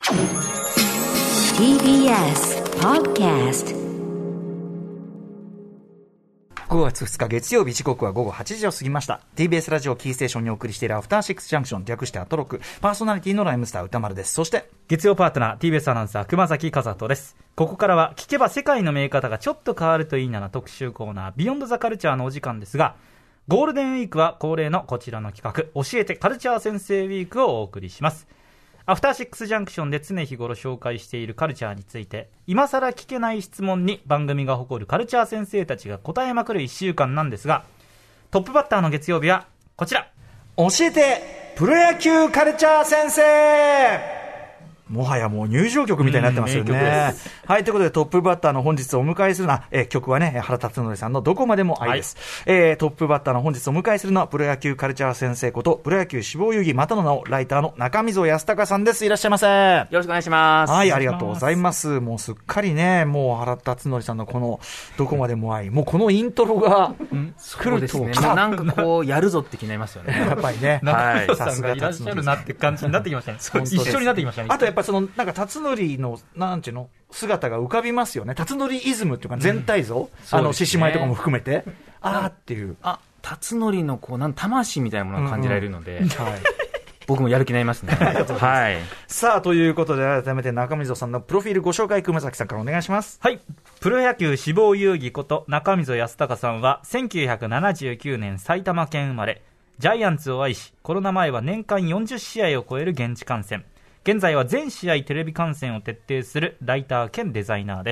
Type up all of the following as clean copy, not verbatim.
TBS Podcast。 5月2日月曜日、時刻は午後8時を過ぎました。 TBS ラジオキーステーションにお送りしているアフターシックスジャンクション、略してアトロク。パーソナリティのライムスター歌丸です。そして月曜パートナー TBS アナウンサー熊崎和人です。ここからは聞けば世界の見え方がちょっと変わるといいなな特集コーナー、ビヨンドザカルチャーのお時間ですが、ゴールデンウィークは恒例のこちらの企画、教えてカルチャー先生ウィークをお送りします。アフターシックスジャンクションで常日頃紹介しているカルチャーについて、今更聞けない質問に番組が誇るカルチャー先生たちが答えまくる1週間なんですが、トップバッターの月曜日はこちら、 教えてプロ野球カルチャー先生。もはやもう入場曲みたいになってますよね。はい、ということでトップバッターの本日お迎えするのは、曲はね、原辰徳さんのどこまでも愛です。トップバッターの本日お迎えするのは、プロ野球カルチャー先生こと、プロ野球志望遊戯またの名をライターの中溝康隆さんです。いらっしゃいませ。よろしくお願いします。 はい、ありがとうございます。もうすっかりね、もう原辰徳さんのこのどこまでも愛、もうこのイントロが来ると、 ね、なんかこうやるぞって気になりますよね。 やっぱりね、 中溝さんがいらっしゃるなって感じになってきましたね。一緒になってきましたね。 あとやっぱそのなんか辰徳のなんていうの姿が浮かびますよね。辰徳イズムっていうか全体像、獅子舞とかも含めて、あーっていう、 辰徳のこう魂みたいなものが感じられるので、はい、僕もやる気になりますね。はい。 さあ、ということで改めて中溝さんのプロフィールご紹介、熊崎さんからお願いします。 はい。プロ野球志望遊戯こと中溝康隆さんは1979年埼玉県生まれ、ジャイアンツを愛し、コロナ前は年間40試合を超える現地観戦、現在は全試合テレビ観戦を徹底するライター兼デザイナーです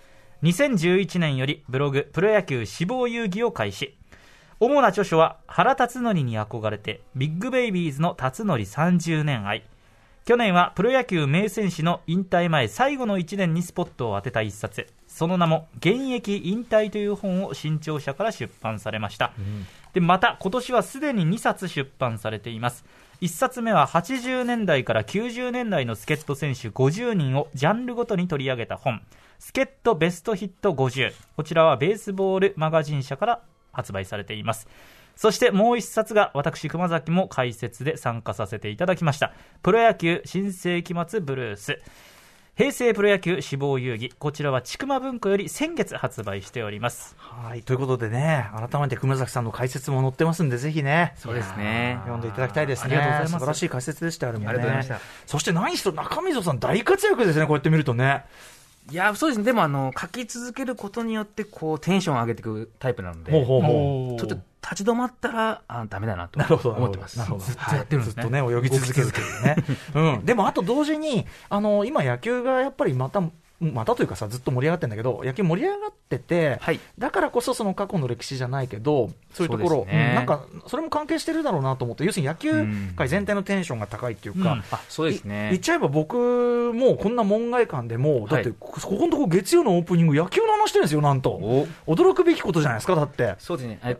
。2011年よりブログプロ野球志望遊戯を開始。主な著書は原辰徳に憧れて、ビッグベイビーズの辰徳30年愛。去年はプロ野球名選手の引退前最後の1年にスポットを当てた一冊、その名も現役引退という本を新潮社から出版されました。でまた今年はすでに2冊出版されています。1冊目は80年代から90年代の助っ人選手50人をジャンルごとに取り上げた本、助っ人ベストヒット50。こちらはベースボールマガジン社から発売されています。そしてもう1冊が私熊崎も解説で参加させていただきました、プロ野球新世紀末ブルース、平成プロ野球志望遊戯。こちらはちくま文庫より先月発売しております。 はい、ということでね、改めて熊崎さんの解説も載ってますんで、ぜひね、 そうですね、 読んでいただきたいですね。 ありがとうございます。 素晴らしい解説でした。あれもね、 ありがとうございました。 そして何しろ中溝さん大活躍ですね、こうやって見るとね。 いや、そうですね。でも書き続けることによってこうテンションを上げていくタイプなので、ちょっと立ち止まったらダメだなと思ってます。 ずっとやってるんですね。 ずっとね、泳ぎ続けるというね。でもあと同時に今野球がやっぱりまたというかさ、ずっと盛り上がってるんだけど、野球盛り上がってて、はい、だからこそその過去の歴史じゃないけど、そういうところ、なんかそれも関係してるだろうなと思って、要するに野球界全体のテンションが高いっていうか、 そうですね。 言っちゃえば僕もこんな門外漢でも、だってここのとこ月曜のオープニング野球の話してるんですよ、なんと。驚くべきことじゃないですか、だって。 そうですね。佐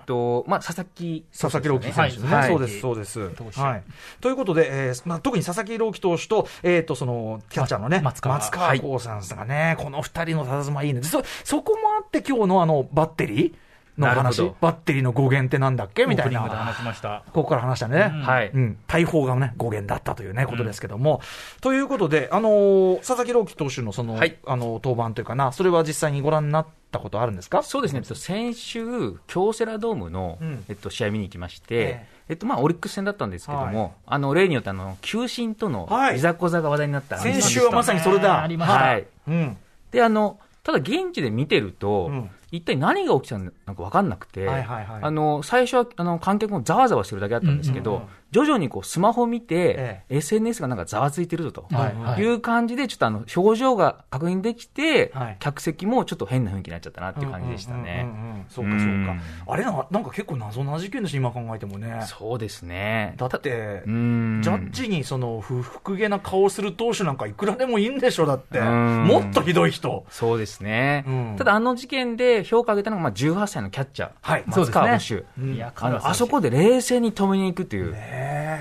々木朗希選手ね、そうですそうです。はい。ということで、特に佐々木朗希投手とそのキャッチャーのね松川幸さんがね、この2人の佇まいいね。そこもあって今日のバッテリーの話、バッテリーの語源ってなんだっけみたいな、 話しました。 ここから話したね、はい、大砲がね語源だったというねことですけども、ということで佐々木朗希投手のその、はい、登板というかな、それは実際にご覧になったことあるんですか？ そうですね。先週京セラドームの、試合見に行きまして、オリックス戦だったんですけども、例によって球審とのいざこざが話題になった、 先週はまさにそれだ、 ありました。 はい。でただ現地で見てると、一体何が起きたのか分かんなくて、最初は観客もざわざわしてるだけだったんですけど、徐々にこうスマホを見て、SNS がなんかざわついてるという感じで、ちょっと表情が確認できて、客席もちょっと変な雰囲気になっちゃったなっていう感じでしたね。 そうかそうか。あれなんか結構謎な事件です、今考えてもね。 そうですね。 だってジャッジにその不服げな顔をする投手なんかいくらでもいいんでしょ。だってもっとひどい人。 そうですね。ただ事件で評価を上げたのが18歳のキャッチャー、松川捕手。あそこで冷静に止めに行くという。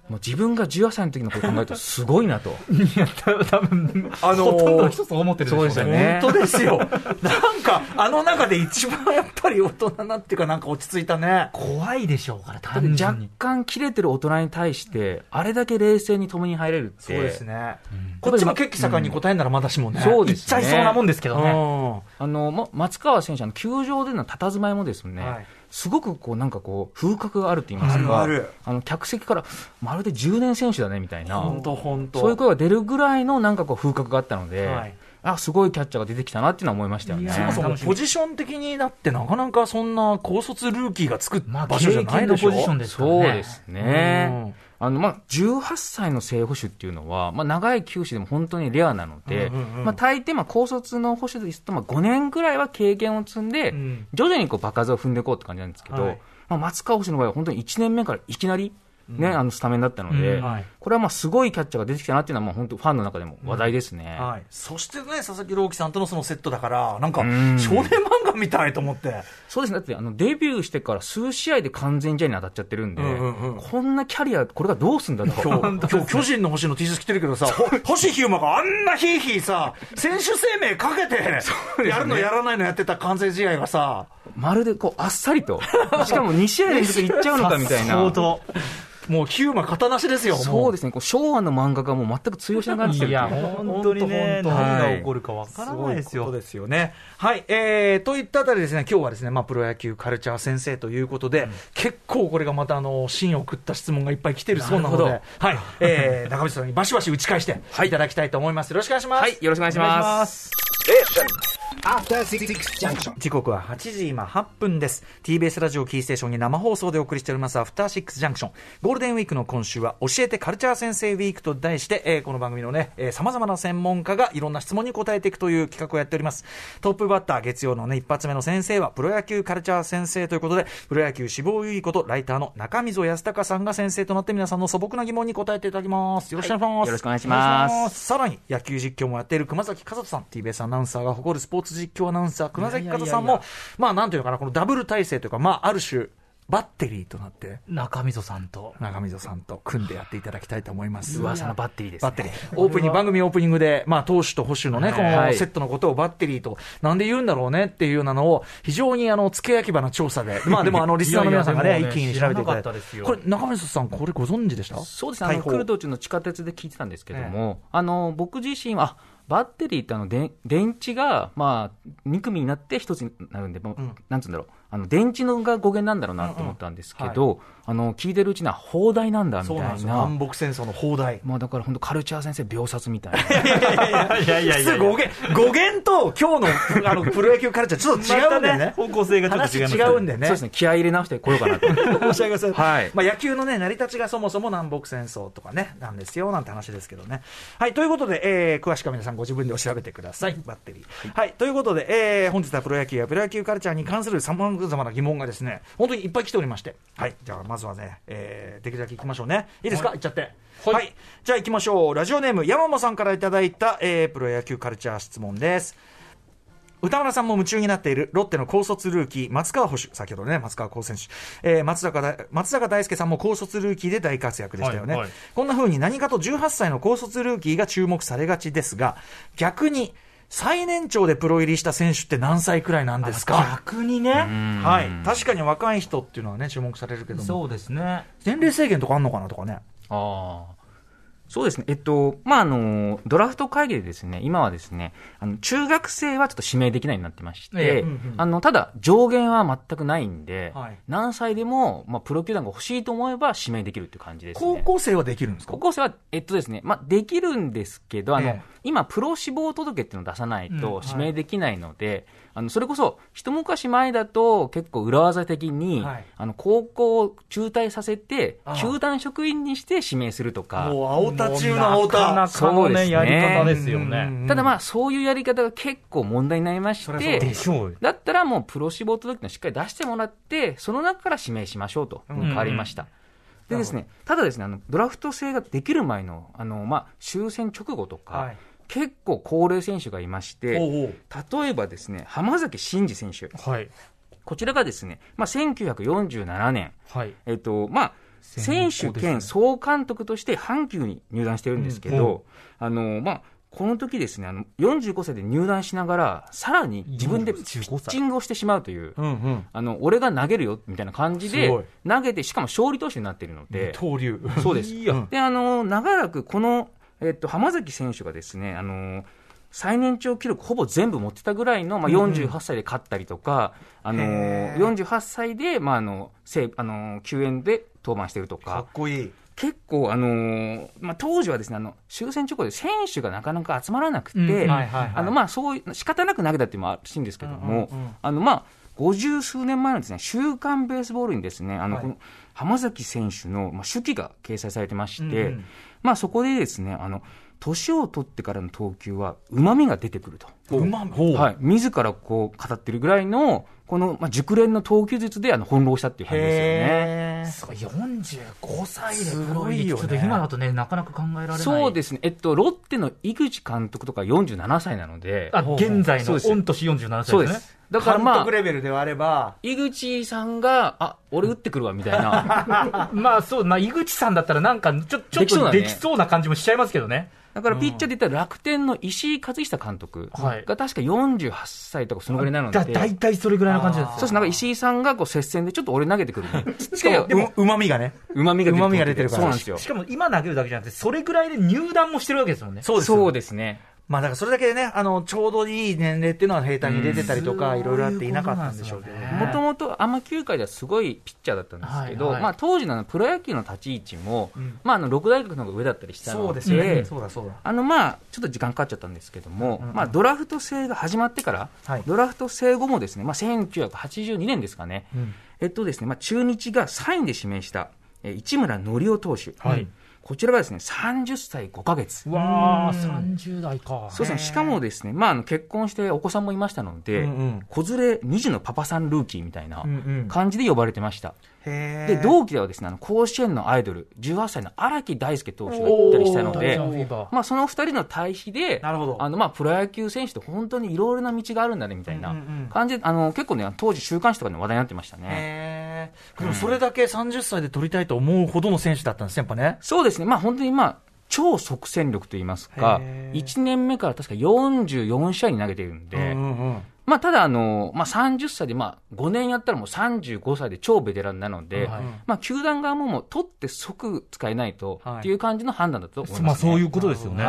もう自分が18歳の時のことを考えるとすごいなと。 いや、多分ほとんどの人そう思ってるでしょうね。 そうですよね。 本当ですよ。なんか、中で一番やっぱり大人なっていうか、なんか落ち着いたね。 怖いでしょうから、単純に。 若干切れてる大人に対して、あれだけ冷静に共に入れるって。 そうですね。こっちも血気盛んに答えんならまだしもね。 そうですね。 言っちゃいそうなもんですけどね。 松川選手、球場での佇まいもですね、すごくなんか風格があるって言いますか、客席からまるで10年選手だねみたいな、そういう声が出るぐらいのなんか風格があったので、すごいキャッチャーが出てきたなっていうのは思いましたよね。 そもそもポジション的になってなかなかそんな高卒ルーキーがつく場所じゃないでしょ。 ポジションですからね。 そうですね。18歳の正捕手っていうのは、長い球種でも本当にレアなので、大抵高卒の捕手ですと5年ぐらいは経験を積んで、徐々に場数を踏んでいこうって感じなんですけど、松川捕手の場合は本当に1年目からいきなりね、スタメンだったので、これはすごいキャッチャーが出てきたなっていうのは本当ファンの中でも話題ですね。 そしてね、佐々木朗希さんとのそのセットだから、なんか少年漫画みたいと思って。 そうですね。だってデビューしてから数試合で完全試合に当たっちゃってるんで、こんなキャリアこれがどうすんだと。 今日巨人の星の T シャツ着てるけどさ、星飛雄馬があんなヒーヒーさ、選手生命かけてやるのやらないのやってた完全試合がさ、 まるであっさりと、しかも2試合連続いっちゃうのかみたいな。 もうヒューマ型なしですよ。 そうですね。昭和の漫画がもう全く通用しなくなってきてる。 いや、本当にね、何が起こるかわからないですよ。 そうですよね。はい。といったあたりですね、今日はですね、プロ野球カルチャー先生ということで、結構これがまた芯を食った質問がいっぱい来てるそうなので、はい。中道さんにバシバシ打ち返していただきたいと思います。よろしくお願いします。 はい。よろしくお願いします。 時刻は8時今8分です。 TBS ラジオキーステーションに生放送でお送りしておりますアフターシックスジャンクション。ゴールデンウィークの今週は教えてカルチャー先生ウィークと題して、この番組のね、様々な専門家がいろんな質問に答えていくという企画をやっております。トップバッター月曜のね一発目の先生はプロ野球カルチャー先生ということで、プロ野球志望優位ことライターの中溝康隆さんが先生となって皆さんの素朴な疑問に答えていただきます。よろしくお願いします。 よろしくお願いします。 さらに野球実況もやっている熊崎和人さん、 TBS アナウンサーが誇るスポーツ実況アナウンサー熊崎和人さんも、なんていうのかな、このダブル体制というか、ある種バッテリーとなって中溝さんと組んでやっていただきたいと思います。 噂のバッテリーですね。 バッテリー番組オープニングで、投手と捕手のね、このセットのことをバッテリーとなんで言うんだろうねっていうようなのを非常に付け焼き場な調査で、でもリスナーの皆さんがね、一気に調べていただいて、これ中溝さんこれご存知でした？ そうですね。来る途中の地下鉄で聞いてたんですけども、僕自身はバッテリーって電池が2組になって1つになるんで、なんつうんだろう、電池のが語源なんだろうなと思ったんですけど、聞いてるうちには砲台なんだみたいな。そうなんですよ。 南北戦争の砲台。 だから本当カルチャー先生秒殺みたいな。 いや語源と今日のプロ野球カルチャーちょっと違うんでね。 方向性がちょっと違いますね。 話違うんでね。 そうですね。気合い入れ直してこようかなと。 申し訳ございません。 はい。 野球のね成り立ちがそもそも南北戦争とかねなんですよなんて話ですけどね。はい。ということで、詳しくは皆さんご自分でお調べてください。バッテリー。はい。ということで、本日はプロ野球やプロ野球カルチャーに関する様々な疑問がですね、本当にいっぱい来ておりまして。はい。じゃあまずはね、できるだけ行きましょうね。いいですか？行っちゃって。はい。じゃあ行きましょう。ラジオネーム山本さんからいただいた、プロ野球カルチャー質問です。歌村さんも夢中になっているロッテの高卒ルーキー松川捕手、先ほどね松川高選手、松坂大輔さんも高卒ルーキーで大活躍でしたよね。こんな風に何かと18歳の高卒ルーキーが注目されがちですが、逆に最年長でプロ入りした選手って何歳くらいなんですか？ 逆にね、 はい、確かに若い人っていうのはね注目されるけども、 そうですね、 年齢制限とかあんのかなとかね。 そうですね。ドラフト会議でですね、今はですね、中学生はちょっと指名できないようになってまして、ただ上限は全くないんで、何歳でも、プロ球団が欲しいと思えば指名できるっていう感じですね。 高校生はできるんですか？ 高校生は、ですね、できるんですけど、今、プロ志望届っていうのを出さないと指名できないので、それこそ、一昔前だと結構裏技的に、高校を中退させて、球団職員にして指名するとか。 もう青田中の青田。 なかなかのね、やり方ですよね。 ただそういうやり方が結構問題になりまして、だったらもうプロ志望届のしっかり出してもらって、その中から指名しましょうと変わりました。でですね、ただですね、ドラフト制ができる前の、終戦直後とか、結構高齢選手がいまして、例えばですね、浜崎慎司選手。こちらがですね、1947年。 選手兼総監督として阪急に入団してるんですけど、この時ですね、45歳で入団しながら、さらに自分でピッチングをしてしまうという、俺が投げるよみたいな感じで投げて、しかも勝利投手になっているので、 二刀流。 そうです。で、長らくこの、浜崎選手がですね、最年長記録ほぼ全部持ってたぐらいの、48歳で勝ったりとか、48歳で、救援で登板してるとか。 かっこいい。 結構、当時はですね、終戦直後で選手がなかなか集まらなくて、そういう仕方なく投げたっていうのもあるらしいんですけども、50数年前のですね、週刊ベースボールにですね、この浜崎選手の、手記が掲載されてまして、そこでですね、年を取ってからの投球は旨味が出てくると。自らこう語ってるぐらいの、この、熟練の投球術で翻弄したっていう感じですよね。 すごい、45歳でプロ入りって今だとね、なかなか考えられない。 そうですね。ロッテの井口監督とか47歳なので。 現在の御年47歳ですね。 そうです。 だから監督レベルではあれば、 井口さんが、俺打ってくるわ、みたいな。 井口さんだったらなんか、ちょっとできそうな感じもしちゃいますけどね。 だからピッチャーで言ったら楽天の石井一久監督が確か48歳とかそのぐらいなので、 大体それぐらいの感じです。 そうです。なんか石井さんがこう接戦でちょっと俺投げてくるね。 しかも旨味が出てるから。 そうなんですよ。 しかも今投げるだけじゃなくて、それぐらいで入団もしてるわけですもんね。 そうですね。 だからそれだけでね、ちょうどいい年齢っていうのは兵隊に出てたりとか、いろいろあっていなかったんでしょうけどね。 もともとアマ球界ではすごいピッチャーだったんですけど、当時のプロ野球の立ち位置も、六大学の方が上だったりしたので、ちょっと時間かかっちゃったんですけども、ドラフト制が始まってから、ドラフト制後もですね、1982年ですかね、ですね、中日が3位で指名した、市村則夫投手。こちらはですね、30歳5ヶ月。 30代か。 そうですね。しかもですね、結婚してお子さんもいましたので、子連れ2児のパパさんルーキーみたいな感じで呼ばれてました。で、同期ではですね、甲子園のアイドル、18歳の荒木大輔投手がいたりしたので、その2人の対比で、プロ野球選手って本当にいろいろな道があるんだね、みたいな感じで、結構ね、当時週刊誌とかで話題になってましたね。 でもそれだけ30歳で取りたいと思うほどの選手だったんですね、やっぱね。 そうですね。本当に超即戦力といいますか、1年目から確か44試合に投げているんで、ただ30歳で5年やったらもう35歳で超ベテランなので、球団側も取って即使えないとっていう感じの判断だと思いますね。 そういうことですよね。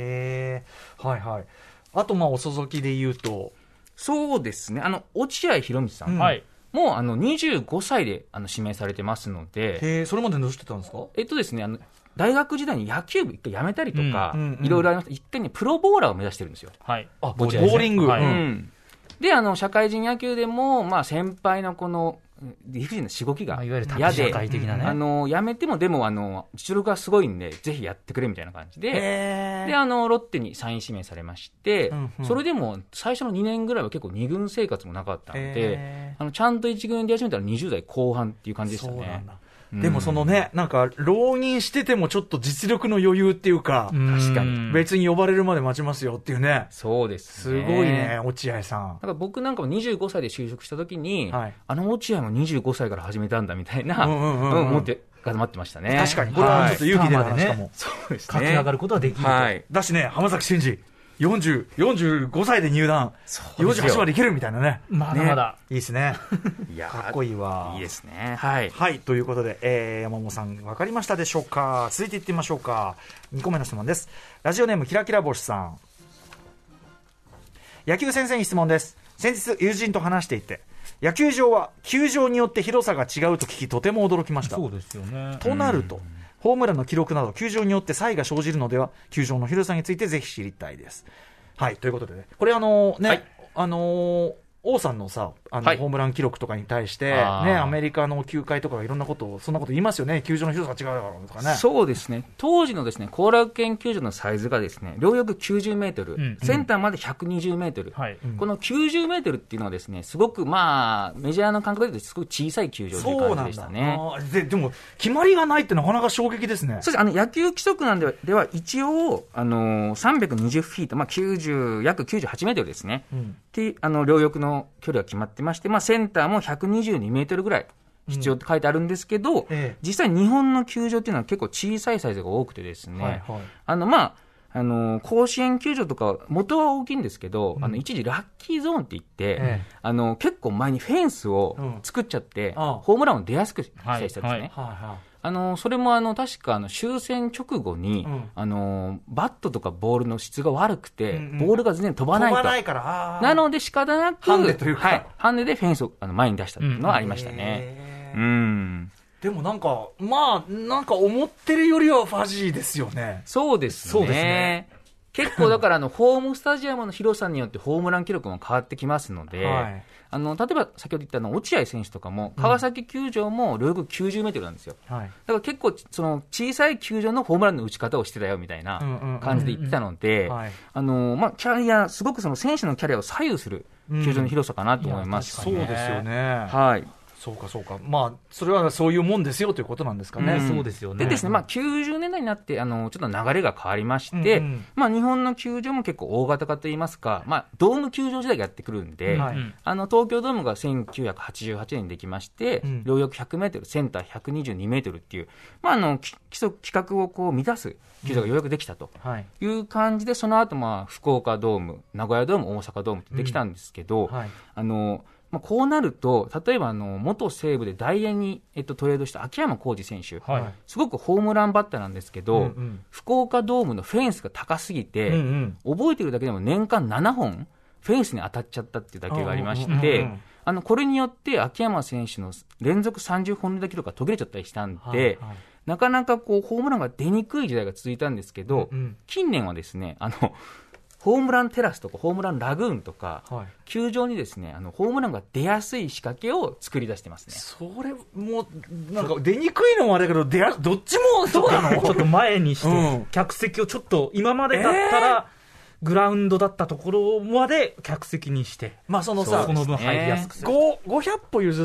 あと遅咲きで言うと、 そうですね。落合博満さん。もう25歳で指名されてますので。 それまでどうしてたんですか？ ですね、大学時代に野球部一回辞めたりとか、いろいろありました。一回ね、プロボーラーを目指してるんですよ。 ボーリング。 で、社会人野球でも、先輩のこの、理不尽なしごきが嫌で、辞めても、でも、実力がすごいんで、ぜひやってくれみたいな感じで、で、ロッテにサイン指名されまして、それでも、最初の2年ぐらいは結構2軍生活もなかったので、ちゃんと1軍で始めたら20代後半っていう感じでしたね。 でもなんか、浪人しててもちょっと実力の余裕っていうか、 確かに。 別に呼ばれるまで待ちますよっていうね。 そうですね。すごいね、落合さん。 だから僕なんかも25歳で就職した時に、落合も25歳から始めたんだみたいな、思って固まってましたね。 確かに。これはちょっと勇気出る話かも。 そうですね。 駆け上がることはできる。 だしね、浜崎慎二。45歳で入団、48までいけるみたいなね。 まだまだ。 いいですね。かっこいいわ。 いいですね。 はい。ということで、山本さん、わかりましたでしょうか？続いていってみましょうか。2個目の質問です。ラジオネーム、キラキラ星さん。野球先生に質問です。先日、友人と話していて、野球場は球場によって広さが違うと聞き、とても驚きました。 そうですよね。 となると、ホームランの記録など球場によって差異が生じるのでは、球場の広さについてぜひ知りたいです。はい、ということでね、これ王さんのさ、ホームラン記録とかに対して、アメリカの球界とかいろんなことを、そんなこと言いますよね、球場の広さが違うとかね。 そうですね、当時のですね、後楽園球場のサイズがですね、両翼90メートル、センターまで120メートル、この90メートルっていうのはですね、すごくメジャーの感覚ですごく小さい球場という感じでしたね。 でも、決まりがないってなかなか衝撃ですね。 そうです。野球規則なんでは、一応、320フィート、約98メートルですね。両翼の距離が決まってまして、センターも122メートルぐらい必要って書いてあるんですけど、実際日本の球場っていうのは結構小さいサイズが多くてですね、甲子園球場とか元は大きいんですけど、一時ラッキーゾーンって言って、結構前にフェンスを作っちゃって、ホームランを出やすくしたりしたんですね。それも確か終戦直後に、バットとかボールの質が悪くて、ボールが全然飛ばないと。 飛ばないから。 なので仕方なく、 ハンデというか。 ハンデでフェンスを前に出したっていうのはありましたね。 でもなんか思ってるよりはファジーですよね。 そうですね。結構だからホームスタジアムの広さによってホームラン記録も変わってきますので、例えば先ほど言った落合選手とかも、川崎球場も両国90メートルなんですよ。だから結構その小さい球場のホームランの打ち方をしてたよみたいな感じで言ってたので、キャリア、すごくその選手のキャリアを左右する球場の広さかなと思います。 そうですよね。 はい。 そうか。それはそういうもんですよということなんですかね。 そうですよね。 でですね、90年代になって、ちょっと流れが変わりまして、日本の球場も結構大型化といいますか、ドーム球場時代がやってくるんで、東京ドームが1988年にできまして、両翼100メートル、センター122メートルっていう、規格をこう満たす球場がようやくできたという感じで、その後、福岡ドーム、名古屋ドーム、大阪ドームってできたんですけど、こうなると、例えば元西武でダイエーに、トレードした秋山浩二選手、すごくホームランバッターなんですけど、福岡ドームのフェンスが高すぎて、覚えてるだけでも年間7本フェンスに当たっちゃったっていうだけがありまして、これによって秋山選手の連続30本塁打記録が途切れちゃったりしたんで、なかなかこうホームランが出にくい時代が続いたんですけど、近年はですね、ホームランテラスとかホームランラグーンとか、球場にですね、ホームランが出やすい仕掛けを作り出してますね。 それもなんか出にくいのもあれだけど、どっちもそうなの？ ちょっと前にして、客席をちょっと今までだったら、グラウンドだったところまで客席にして、 そのさ、 その分入りやすくする。 500歩譲って、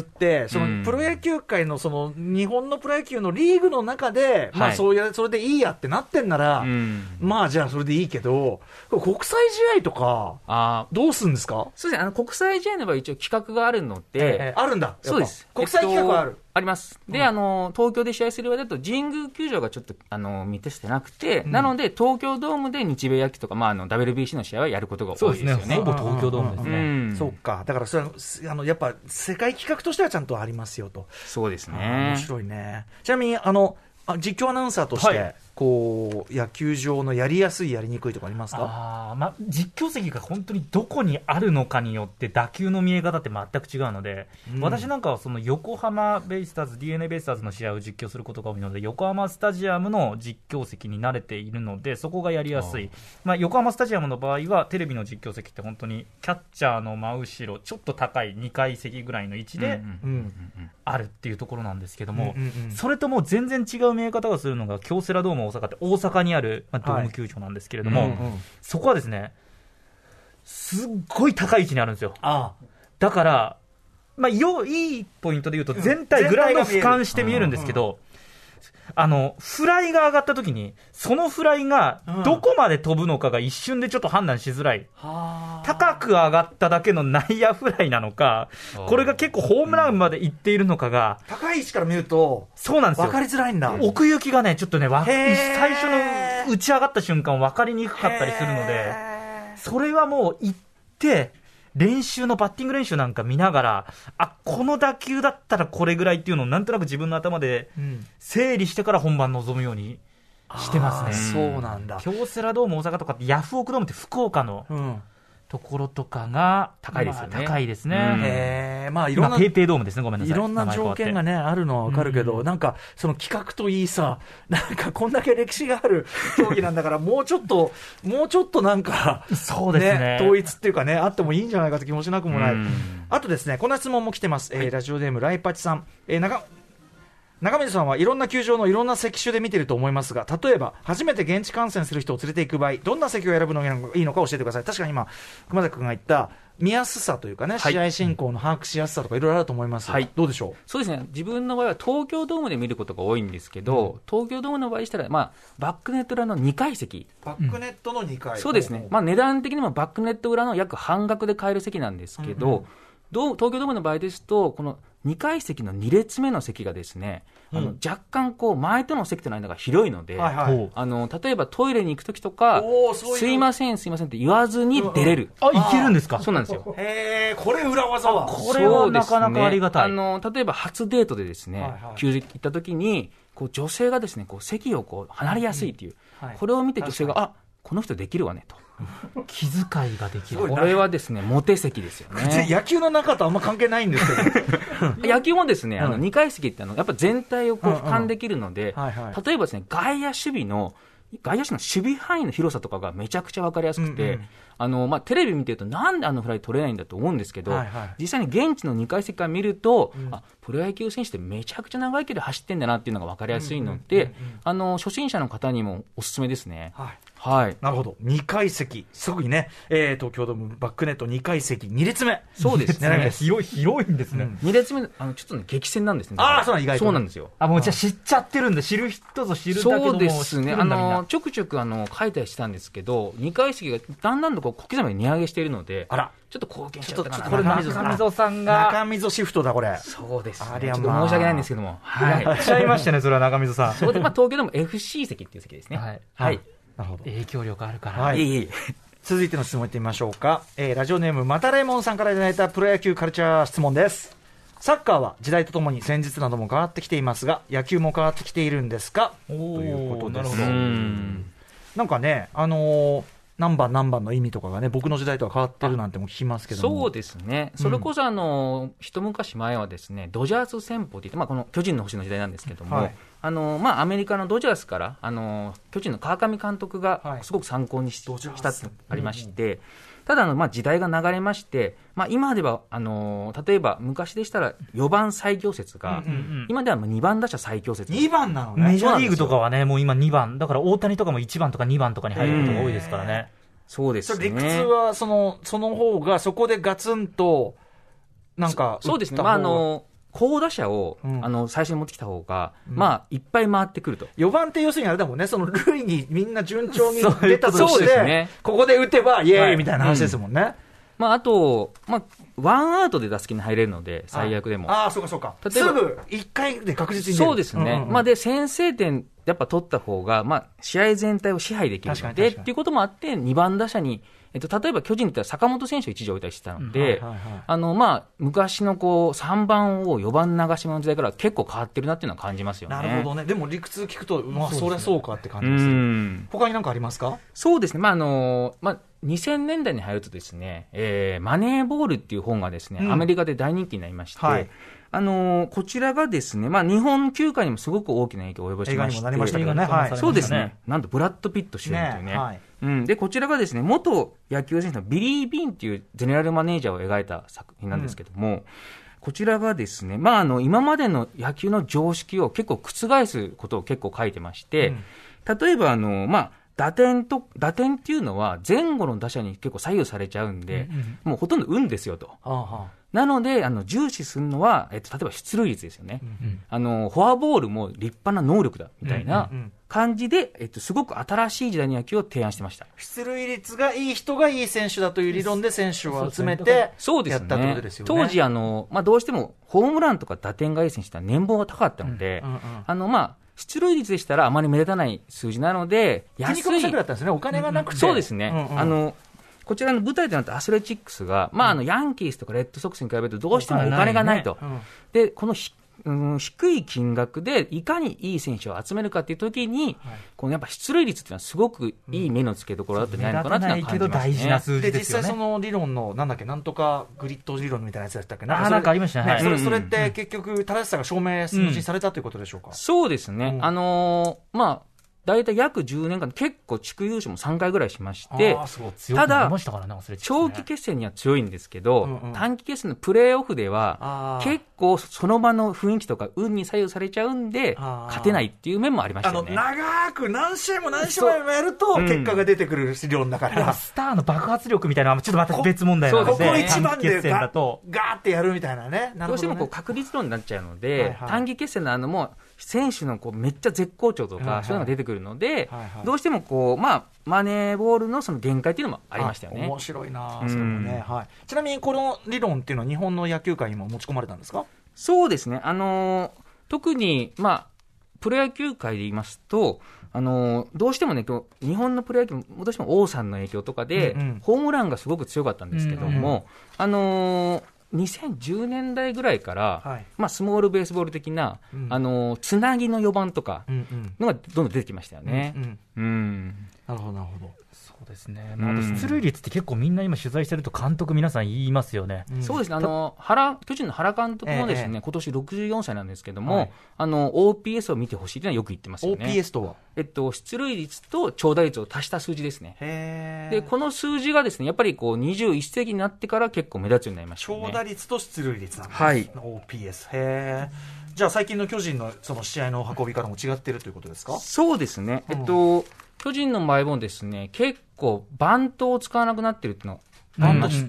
そのプロ野球界のその日本のプロ野球のリーグの中で、それでいいやってなってんなら、じゃあそれでいいけど、国際試合とか、どうするんですか？ そうですね、国際試合の場合一応企画があるので、 あるんだ。 そうです。 国際企画はある。 あります。で、東京で試合する場合だと、神宮球場がちょっと、満たしてなくて、なので、東京ドームで日米野球とか、WBC の試合はやることが多いですよね。 そうですね。ほぼ東京ドームですね。 そうか。だから、それは、やっぱ、世界企画としてはちゃんとありますよと。 そうですね。 面白いね。ちなみに、実況アナウンサーとして、野球場のやりやすい、やりにくいとかありますか？ 実況席が本当にどこにあるのかによって打球の見え方って全く違うので、私なんかはその横浜ベイスターズ DNA ベイスターズの試合を実況することが多いので、横浜スタジアムの実況席に慣れているので、そこがやりやすい。横浜スタジアムの場合はテレビの実況席って本当にキャッチャーの真後ろちょっと高い2階席ぐらいの位置であるっていうところなんですけども、それとも全然違う見え方がするのが京セラドーム大阪って大阪にある、ドーム球場なんですけれども、そこはですね、すっごい高い位置にあるんですよ。だから、いいポイントで言うと、全体グラウンドを俯瞰して見えるんですけど、フライが上がった時に、そのフライがどこまで飛ぶのかが一瞬でちょっと判断しづらい。高く上がっただけの内野フライなのか、これが結構ホームランまで行っているのかが、 高い位置から見ると、 そうなんですよ。 分かりづらいんだ。 奥行きがね、ちょっとね、最初の打ち上がった瞬間分かりにくかったりするので、それはもう行って、練習のバッティング練習なんか見ながら、この打球だったらこれぐらいっていうのをなんとなく自分の頭で整理してから本番臨むようにしてますね。そうなんだ。 京セラドーム大阪とかってヤフオクドームって福岡のところとかが高いですよね。 高いですね。 いろんなペイペイドームですね。ごめんなさい。 いろんな条件がねあるのはわかるけど、なんかその企画といいさ、なんかこんだけ歴史がある競技なんだからもうちょっとなんかそうですね。 統一っていうかねあってもいいんじゃないかって気もしなくもない。あとですね、こんな質問も来てます。ラジオネームライパチさん。中水さんはいろんな球場のいろんな席種で見てると思いますが、例えば初めて現地観戦する人を連れて行く場合、どんな席を選ぶのがいいのか教えてください。確かに今熊崎君が言った見やすさというかね、試合進行の把握しやすさとかいろいろあると思います、どうでしょう。 そうですね、自分の場合は東京ドームで見ることが多いんですけど、東京ドームの場合したら、バックネット裏の2階席、 バックネットの2階、 そうですね、値段的にもバックネット裏の約半額で買える席なんですけど、 東京ドームの場合ですと、この2階席の2列目の席がですね、若干こう前との席との間が広いので、 はいはい、 例えばトイレに行くときとか、すいませんって言わずに出れる。 あ、いけるんですか？ そうなんですよ。 へー、これ裏技は。 これはなかなかありがたい。 例えば初デートでですね、球場行ったときに、こう女性がですね、こう席をこう離れやすいっていう、これを見て女性が、あ、この人できるわねと。 気遣いができる。 これはですね、モテ席ですよね。 野球の中とあんま関係ないんですけど。 野球もですね、2階席ってやっぱ全体をこう俯瞰できるので、例えばですね、外野手の守備範囲の広さとかがめちゃくちゃ分かりやすくて、テレビ見てるとなんであのフライ取れないんだと思うんですけど、実際に現地の2階席から見ると、プロ野球選手ってめちゃくちゃ長い距離走ってんだなっていうのが分かりやすいので、初心者の方にもおすすめですね。はい。 なるほど。2階席。すごいね。東京ドームバックネット2階席2列目。 そうですね。 広いんですね。 2列目、ちょっとね、激戦なんですね。 意外と。 そうなんですよ。 もうじゃあ知っちゃってるんで、知る人ぞ知るだけども。 そうですね。ちょくちょく書いたりしたんですけど、2階席がだんだんとこう小刻みに値上げしているので、ちょっと貢献しちゃったかな。 これ中溝さんが。 中溝シフトだ、これ。 そうですね。 ちょっと申し訳ないんですけども。 やっちゃいましたね、それは中溝さん。 それで、東京でも FC 席っていう席ですね。はい。 なるほど。 影響力あるから。 はい。続いての質問いってみましょうか。ラジオネーム、またレモンさんからいただいたプロ野球カルチャー質問です。サッカーは時代とともに戦術なども変わってきていますが、野球も変わってきているんですかということです。なんかね、何番の意味とかがね、僕の時代とは変わってるなんても聞きますけども。 そうですね。それこそ一昔前はですね、ドジャース戦法って言って、この巨人の星の時代なんですけども、アメリカのドジャースから、巨人の川上監督がすごく参考にしたってありまして、ただ時代が流れまして、今では例えば昔でしたら4番最強説が、今では2番打者最強説。 2番なのね。 メジャーリーグとかはね、もう今2番。だから大谷とかも1番とか2番とかに入ることが多いですからね。 そうですね。 理屈はその方がそこでガツンとなんかそうですね。好打者を、最初に持ってきた方が、いっぱい回ってくると。 4番って要するにあれだもんね、その塁にみんな順調に出たとして、ね、ここで打てばイエーイみたいな話ですもんね。 あと、ワンアウトで打席に入れるので、最悪でも。 そうか。すぐ1回で確実に出る。 そうですね。で、先制点、やっぱ取った方が、試合全体を支配できるので、っていうこともあって、2番打者に、例えば巨人だったら坂本選手を一時置いたりしてたので、昔の3番を4番長嶋の時代から結構変わってるなっていうのは感じますよね。 なるほどね。でも理屈聞くと、そりゃそうかって感じです。他に何かありますか？ そうですね。2000年代に入るとですね、マネーボールっていう本がですね、アメリカで大人気になりまして、こちらがですね、日本球界にもすごく大きな影響を及ぼしまして、 映画にもなりましたけどね。 そうですね。なんとブラッド・ピット主演というね。で、こちらがですね、元野球選手のビリー・ビーンっていうゼネラルマネージャーを描いた作品なんですけども、こちらがですね、今までの野球の常識を結構覆すことを結構書いてまして、例えば打点っていうのは前後の打者に結構左右されちゃうんで、もうほとんど運ですよと。なので、重視するのは、例えば出塁率ですよね。フォアボールも立派な能力だ、みたいな感じで、すごく新しい時代の野球を提案してました。 出塁率がいい人がいい選手だという理論で選手を集めて、やったってことですよね。 当時、どうしてもホームランとか打点がいい選手は年俸が高かったので、出塁率でしたらあまり目立たない数字なので、 安い。だったんですね。お金がなくて。 そうですね。こちらの舞台となったアスレチックスが、ヤンキースとかレッドソックスに比べるとどうしてもお金がないと。で、この低い金額でいかにいい選手を集めるかっていう時に、このやっぱ出塁率っていうのはすごくいい目の付けどころだったんじゃないのかなっていうのは感じますね。 大事な数字ですよね。 で、実際その理論の、なんとかグリッド理論みたいなやつだったっけなんかありましたね。 それって結局正しさが証明されたということでしょうか？ そうですね。大体約10年間結構地区優勝も3回ぐらいしまして、ただ長期決戦には強いんですけど、短期決戦のプレーオフでは結構その場の雰囲気とか運に左右されちゃうんで勝てないっていう面もありましたよね。 長く何試合もやると結果が出てくる理論だから、 スターの爆発力みたいなのはちょっとまた別問題なので、 ここ一番でガーってやるみたいなね。 どうしても確率論になっちゃうので、短期決戦のもう選手のめっちゃ絶好調とかそういうのが出てくるくるので、どうしてもこう、マネーボールのその限界っていうのもありましたよね。 面白いな、それもね、ちなみにこの理論っていうのは日本の野球界にも持ち込まれたんですか？ そうですね、特に、プロ野球界で言いますと、どうしてもね、日本のプロ野球もどうしても王さんの影響とかで、ホームランがすごく強かったんですけども、2010年代ぐらいから、スモールベースボール的な、つなぎの4番とかのがどんどん出てきましたよね。 なるほどなるほど。 そうですね。出塁率って結構みんな今取材してると監督皆さん言いますよね。 そうですね。巨人の原監督もですね、今年64歳なんですけども、OPS を見てほしいというのはよく言ってますよね。 OPS とは出塁率と長打率を足した数字ですね。で、この数字がですね、やっぱりこう21世紀になってから結構目立つようになりましたね。 長打率と出塁率なんです。OPS。じゃあ最近の巨人のその試合の運び方も違っているということですか？ そうですね。巨人の場合もですね、結構バントを使わなくなってるっていうのがありまして、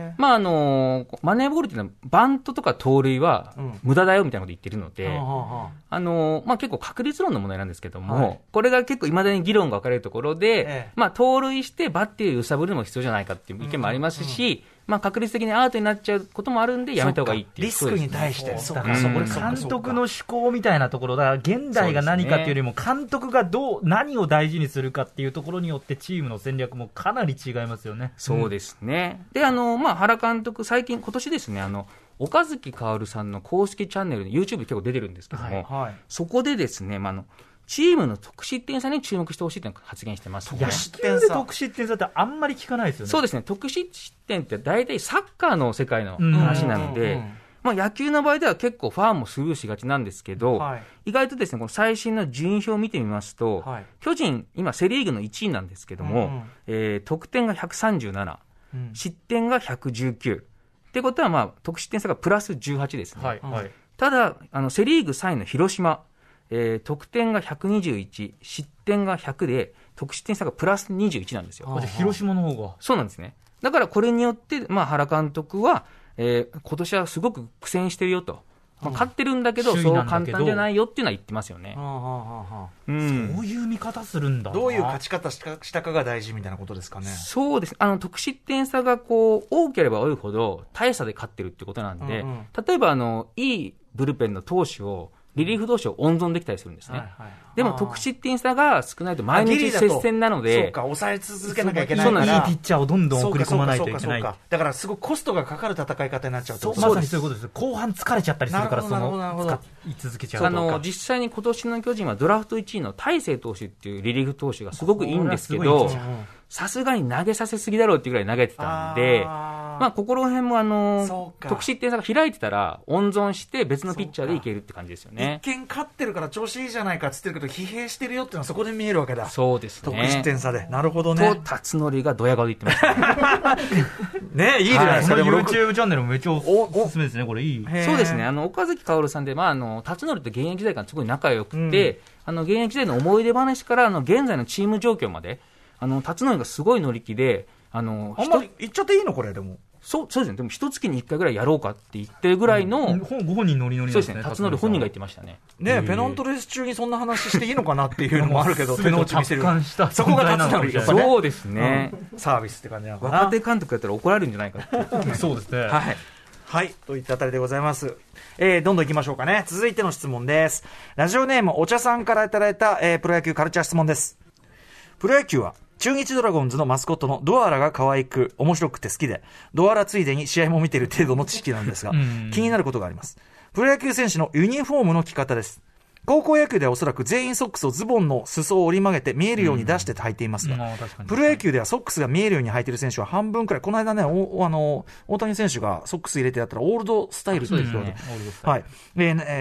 マネーボールっていうのはバントとか盗塁は無駄だよみたいなこと言ってるので、結構確率論の問題なんですけども、これが結構未だに議論が分かれるところで、盗塁してバッテリーを揺さぶるのも必要じゃないかっていう意見もありますし、確率的にアウトになっちゃうこともあるんでやめた方がいいっていう。 リスクに対して。 だからこれ監督の思考みたいなところだから現代が何かっていうよりも監督が何を大事にするかっていうところによってチームの戦略もかなり違いますよね。 そうですね。で、原監督今年ですね、岡月薫さんの公式チャンネルで YouTube 結構出てるんですけども、そこでですね、チームの得失点差に注目してほしいという発言してますね。 野球で得失点差ってあんまり聞かないですよね。 そうですね。得失点って大体サッカーの世界の話なので、野球の場合では結構ファンもスルーしがちなんですけど、意外とですね、この最新の順位表を見てみますと、巨人、今セリーグの1位なんですけども、得点が137、失点が119。ってことは、得失点差がプラス18ですね。ただ、セリーグ3位の広島、得点が121、失点が100で、得失点差がプラス21なんですよ。 広島の方が。 そうなんですね。だからこれによって、原監督は、今年はすごく苦戦してるよと。勝ってるんだけど、そう簡単じゃないよっていうのは言ってますよね。 そういう見方するんだ。 どういう勝ち方したかが大事みたいなことですかね。 そうです。得失点差が多ければ多いほど、大差で勝ってるってことなんで、例えばいいブルペンの投手を、リリーフ同士を温存できたりするんですね。でも得失点差が少ないと毎日接戦なので、 そうか、抑え続けなきゃいけないから、 いいピッチャーをどんどん送り込まないといけない。 だからすごいコストがかかる戦い方になっちゃうと。 まさにそういうことです。後半疲れちゃったりするから、使い続けちゃう。 実際に今年の巨人はドラフト1位の大勢投手っていうリリーフ投手がすごくいいんですけど、さすがに投げさせすぎだろうっていうぐらい投げてたんで、ここら辺も得失点差が開いてたら温存して別のピッチャーでいけるって感じですよね。 一見勝ってるから調子いいじゃないかっつってるけど疲弊してるよっていうのはそこで見えるわけだ。 そうですね。 得失点差で。なるほどね。 と辰徳がドヤ顔で言ってましたね。いいじゃないですか。 この YouTube チャンネルもめっちゃおすすめですね。これいい。 そうですね。岡崎薫さんで、辰徳と現役時代からすごい仲良くて、現役時代の思い出話から現在のチーム状況まで、辰徳がすごい乗り気で、 あんまり言っちゃっていいのこれでも。 そうですね。でも一月に1回ぐらいやろうかって言ってるぐらいの、 ご本人ノリノリなんですね。 そうですね。辰徳本人が言ってましたね。 ね、ペナントレース中にそんな話していいのかなっていうのもあるけど、 手の内見せる。 そこが辰徳。 そうですね。 サービスって感じなのかな。 若手監督やったら怒られるんじゃないかって。 そうですね。 はい。といったあたりでございます。どんどん行きましょうかね。続いての質問です。ラジオネームお茶さんからいただいた、プロ野球カルチャー質問です。プロ野球は中日ドラゴンズのマスコットのドアラが可愛く面白くて好きで、ドアラついでに試合も見ている程度の知識なんですが、気になることがあります。プロ野球選手のユニフォームの着方です。高校野球ではおそらく全員ソックスをズボンの裾を折り曲げて見えるように出して履いていますが、プロ野球ではソックスが見えるように履いている選手は半分くらい、この間ね、大谷選手がソックス入れてやったらオールドスタイルっていうことで、はい、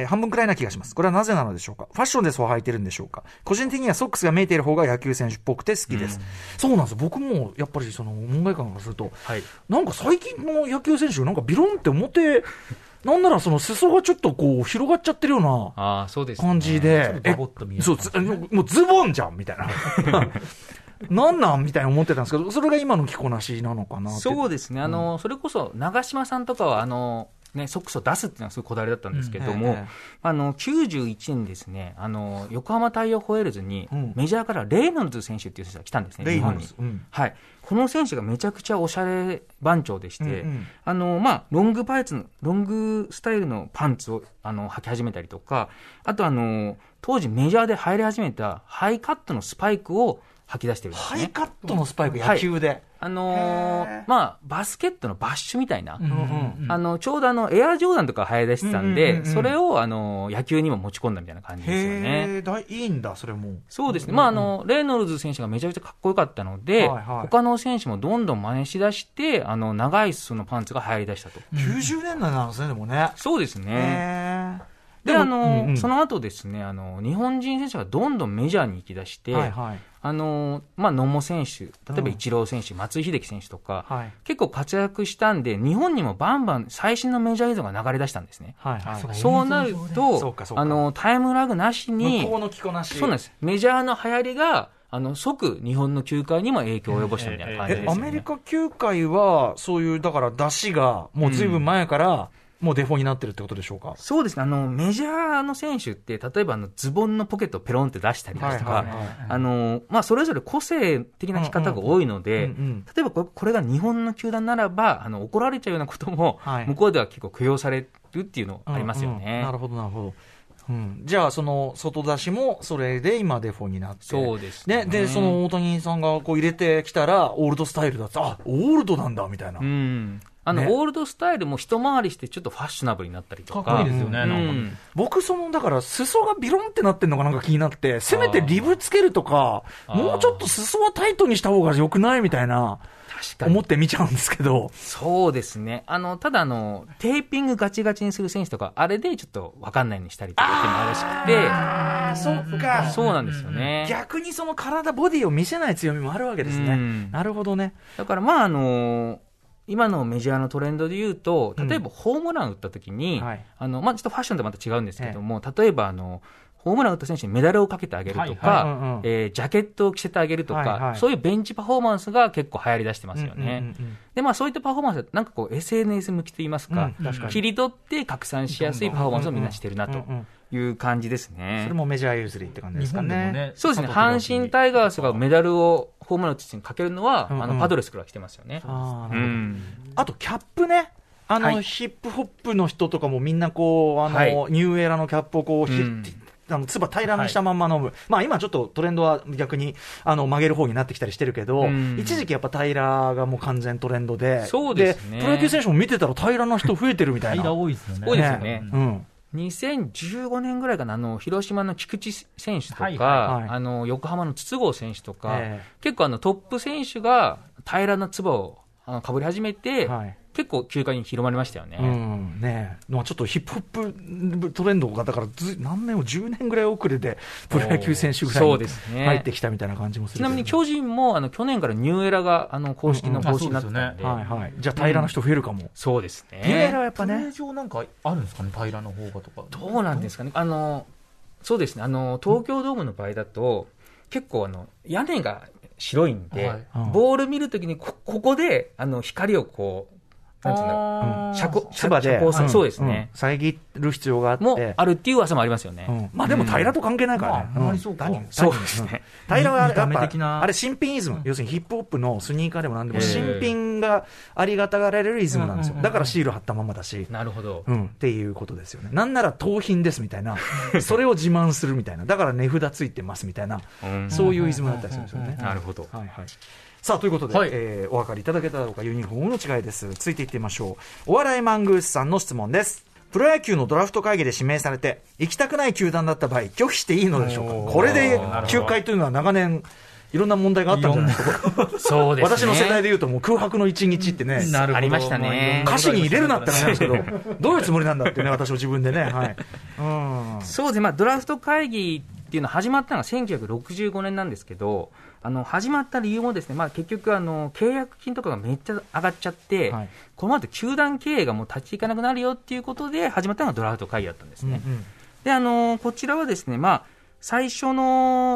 半分くらいな気がします。これはなぜなのでしょうか。ファッションでそう履いてるんでしょうか。個人的にはソックスが見えている方が野球選手っぽくて好きです。そうなんですよ。僕もやっぱりその門外観からすると、なんか最近の野球選手なんかビロンって表なんならその裾がちょっとこう広がっちゃってるような感じで、もうズボンじゃんみたいな。なんなんみたいな思ってたんですけど、それが今の着こなしなのかなって。 そうですね。それこそ長嶋さんとかはね、ソックスを出すっていうのはすごいこだわりだったんですけども、91年にですね、横浜太陽ホエールズにメジャーからレイノルズ選手っていう選手が来たんですね、日本に。はい。この選手がめちゃくちゃおしゃれ番長でして、ロングスタイルのパンツを履き始めたりとか、あと当時メジャーで入り始めたハイカットのスパイクを履き出してるんですね。 ハイカットのスパイク、野球で。 バスケットのバッシュみたいな、ちょうどエアジョーダンとか流行り出してたんで、それを野球にも持ち込んだみたいな感じですよね。 いいんだ、それも。 そうですね。レイノルズ選手がめちゃくちゃかっこよかったので、他の選手もどんどん真似しだして、長い裾のパンツが流行り出したと。 90年代なんですね、でもね。 そうですね。で、その後ですね、日本人選手がどんどんメジャーに行き出して、野茂選手、例えばイチロー選手、松井秀喜選手とか、結構活躍したんで、日本にもバンバン最新のメジャー映像が流れ出したんですね。そうなると、タイムラグなしに、 向こうの着こなし。 そうなんです。メジャーの流行りが、即日本の球界にも影響を及ぼしたみたいな感じですね。 アメリカ球界は、そういう、だから出汁が、もうずいぶん前から、もうデフォになってるってことでしょうか。 そうですね。メジャーの選手って、例えばズボンのポケットをペロンって出したりとか、それぞれ個性的な着方が多いので、例えばこれが日本の球団ならば、怒られちゃうようなことも、向こうでは結構許容されるっていうのありますよね。 なるほど、なるほど。じゃあ、その外出しもそれで今デフォになって。 そうですね。 で、その大谷さんがこう入れてきたら、オールドスタイルだった。あ、オールドなんだ、みたいな。オールドスタイルも一回りしてちょっとファッショナブルになったりとか。 かっこいいですよね。 僕、だから、裾がビロンってなってんのがなんか気になって、せめてリブつけるとか、もうちょっと裾はタイトにした方が良くないみたいな、思って見ちゃうんですけど。 そうですね。ただテーピングガチガチにする選手とか、あれでちょっと分かんないようにしたりとかっていうのもあるしくて。 そっか。 そうなんですよね。 逆にそのボディを見せない強みもあるわけですね。なるほどね。 だから今のメジャーのトレンドで言うと、例えばホームラン打った時に、ちょっとファッションとまた違うんですけども、例えばホームラン打った選手にメダルをかけてあげるとか、ジャケットを着せてあげるとか、そういうベンチパフォーマンスが結構流行り出してますよね。で、そういったパフォーマンスはなんかこう SNS 向きといいますか、切り取って拡散しやすいパフォーマンスをみんなしてるなという感じですね。 それもメジャー譲りって感じですかね。 そうですね。阪神タイガースがメダルをホームラン打つ人にかけるのは、パドレスから来てますよね。 あとキャップね。ヒップホップの人とかもみんなこう、ニューエラのキャップをこう、つば平らにしたまんま飲む。今ちょっとトレンドは逆に曲げる方になってきたりしてるけど、一時期やっぱ平らがもう完全トレンドで。 そうですね。 プロ野球選手も見てたら平らな人増えてるみたいな。 平ら多いですよね。 多いですよね。2015年ぐらいかな、広島の菊池選手とか、横浜の筒香選手とか、結構トップ選手が平らなつばをかぶり始めて、結構球界に広まりましたよね。 ちょっとヒップホップトレンドがだから何年も10年ぐらい遅れでプロ野球選手ぐらいに入ってきたみたいな感じもする。 ちなみに巨人も去年からニューエラが公式の方針になってたんで、 じゃあ平らな人増えるかも。 そうですね。 ニューエラはやっぱね。 プレー上なんかあるんですかね、平らの方がとか。 どうなんですかね。そうですね。東京ドームの場合だと結構屋根が白いんで、ボール見るときにここで光をこうなんていうんだろう、 つばで、 そうですね、 遮る必要があって、 もあるっていう噂もありますよね。 でも平らと関係ないからね。 あんまりそうか。そうですね。 平らはやっぱあれ新品イズム、要するにヒップホップのスニーカーでもなんでも新品がありがたがられるイズムなんですよ。だからシール貼ったままだし。 なるほど。 っていうことですよね。なんなら盗品ですみたいな、それを自慢するみたいな、だから値札ついてますみたいな、そういうイズムだったりするんですよね。 なるほど。 さあということで、お分かりいただけただろうか、ユニフォームの違いです。ついていってみましょう。お笑いマングースさんの質問です。プロ野球のドラフト会議で指名されて行きたくない球団だった場合拒否していいのでしょうか。これで球界というのは長年いろんな問題があったんじゃないですか。 そうですね。 私の世代でいうともう空白の一日ってね、 ありましたね。 歌詞に入れるなって話なんですけど、どういうつもりなんだってね、私も自分でね。 そうですね。ドラフト会議っていうのは始まったのが1965年なんですけど、始まった理由もですね、結局契約金とかがめっちゃ上がっちゃって、この後球団経営がもう立ち行かなくなるよっていうことで始まったのがドラフト会議だったんですね。でこちらはですね、最初の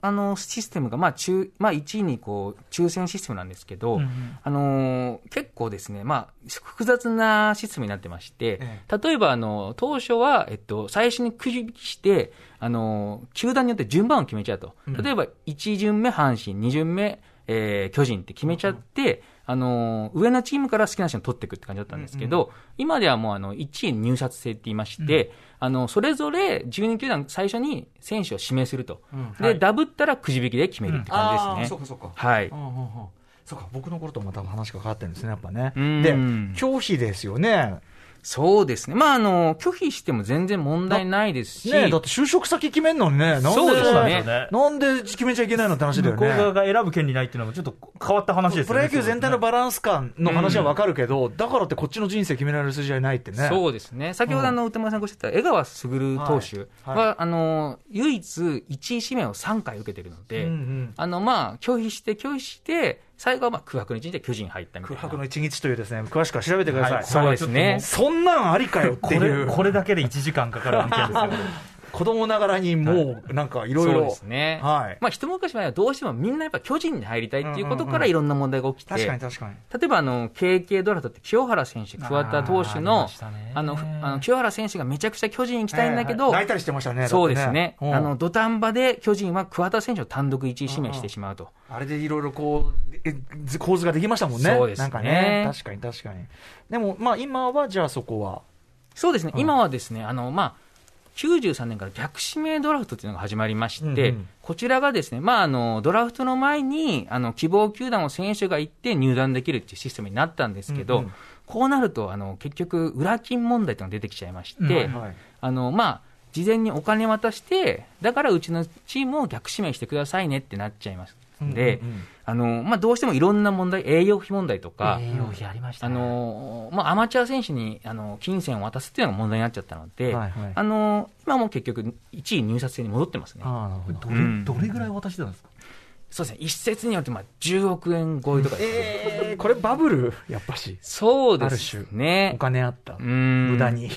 システムが、1位にこう、抽選システムなんですけど、結構ですね、複雑なシステムになってまして、例えば、当初は、最初にくじ引きして、球団によって順番を決めちゃうと。例えば、1巡目阪神、2巡目、巨人って決めちゃって、上のチームから好きな人を取っていくって感じだったんですけど、今ではもう1位入札制って言いまして、それぞれ12球団最初に選手を指名すると。で、ダブったらくじ引きで決めるって感じですね。 そうかそうか。 はい。 そうか、僕の頃とまた話が変わってるんですね、やっぱね。で、拒否ですよね。 そうですね。拒否しても全然問題ないですし。 ね、だって就職先決めんのにね、 そうですね。 なんで決めちゃいけないのって話だよね。 向こう側が選ぶ権利ないっていうのもちょっと変わった話ですよね。 プロ野球全体のバランス感の話はわかるけど、だからってこっちの人生決められる筋合いないってね。 そうですね。先ほど歌丸さんがおっしゃった江川卓投手は、唯一1位指名を3回受けてるので、拒否して、最後は空白の1日で巨人入ったみたいな。 空白の1日というですね、詳しくは調べてください。 そうですね。 そんなんありかよっていう。 これだけで1時間かかる案件ですよね。 子供ながらにもうなんかいろいろ。 そうですね。はい。一昔前はどうしてもみんなやっぱ巨人に入りたいっていうことからいろんな問題が起きて。 確かに確かに。 例えばKK ドラフトって清原選手、桑田投手の、清原選手がめちゃくちゃ巨人に行きたいんだけど。 泣いたりしてましたね。 そうですね。土壇場で巨人は桑田選手を単独1位指名してしまうと。 あれでいろいろこう、構図ができましたもんね。 そうですね。 なんかね。確かに確かに。でも、今はじゃあそこは。 そうですね。今はですね、93年から逆指名ドラフトというのが始まりまして、こちらがですね、ドラフトの前に、希望球団を選手が行って入団できるっていうシステムになったんですけど、こうなると、結局、裏金問題というのが出てきちゃいまして、事前にお金渡して、だからうちのチームを逆指名してくださいねってなっちゃいます。で、どうしてもいろんな問題、栄養費問題とか、 栄養費ありましたね。 アマチュア選手に金銭を渡すっていうのが問題になっちゃったので、今も結局1位入札制に戻ってますね。 どれぐらい渡してたんですか？ そうですね、一説によって10億円超えとかですこれバブルやっぱし。 そうですね。 お金あった。無駄に。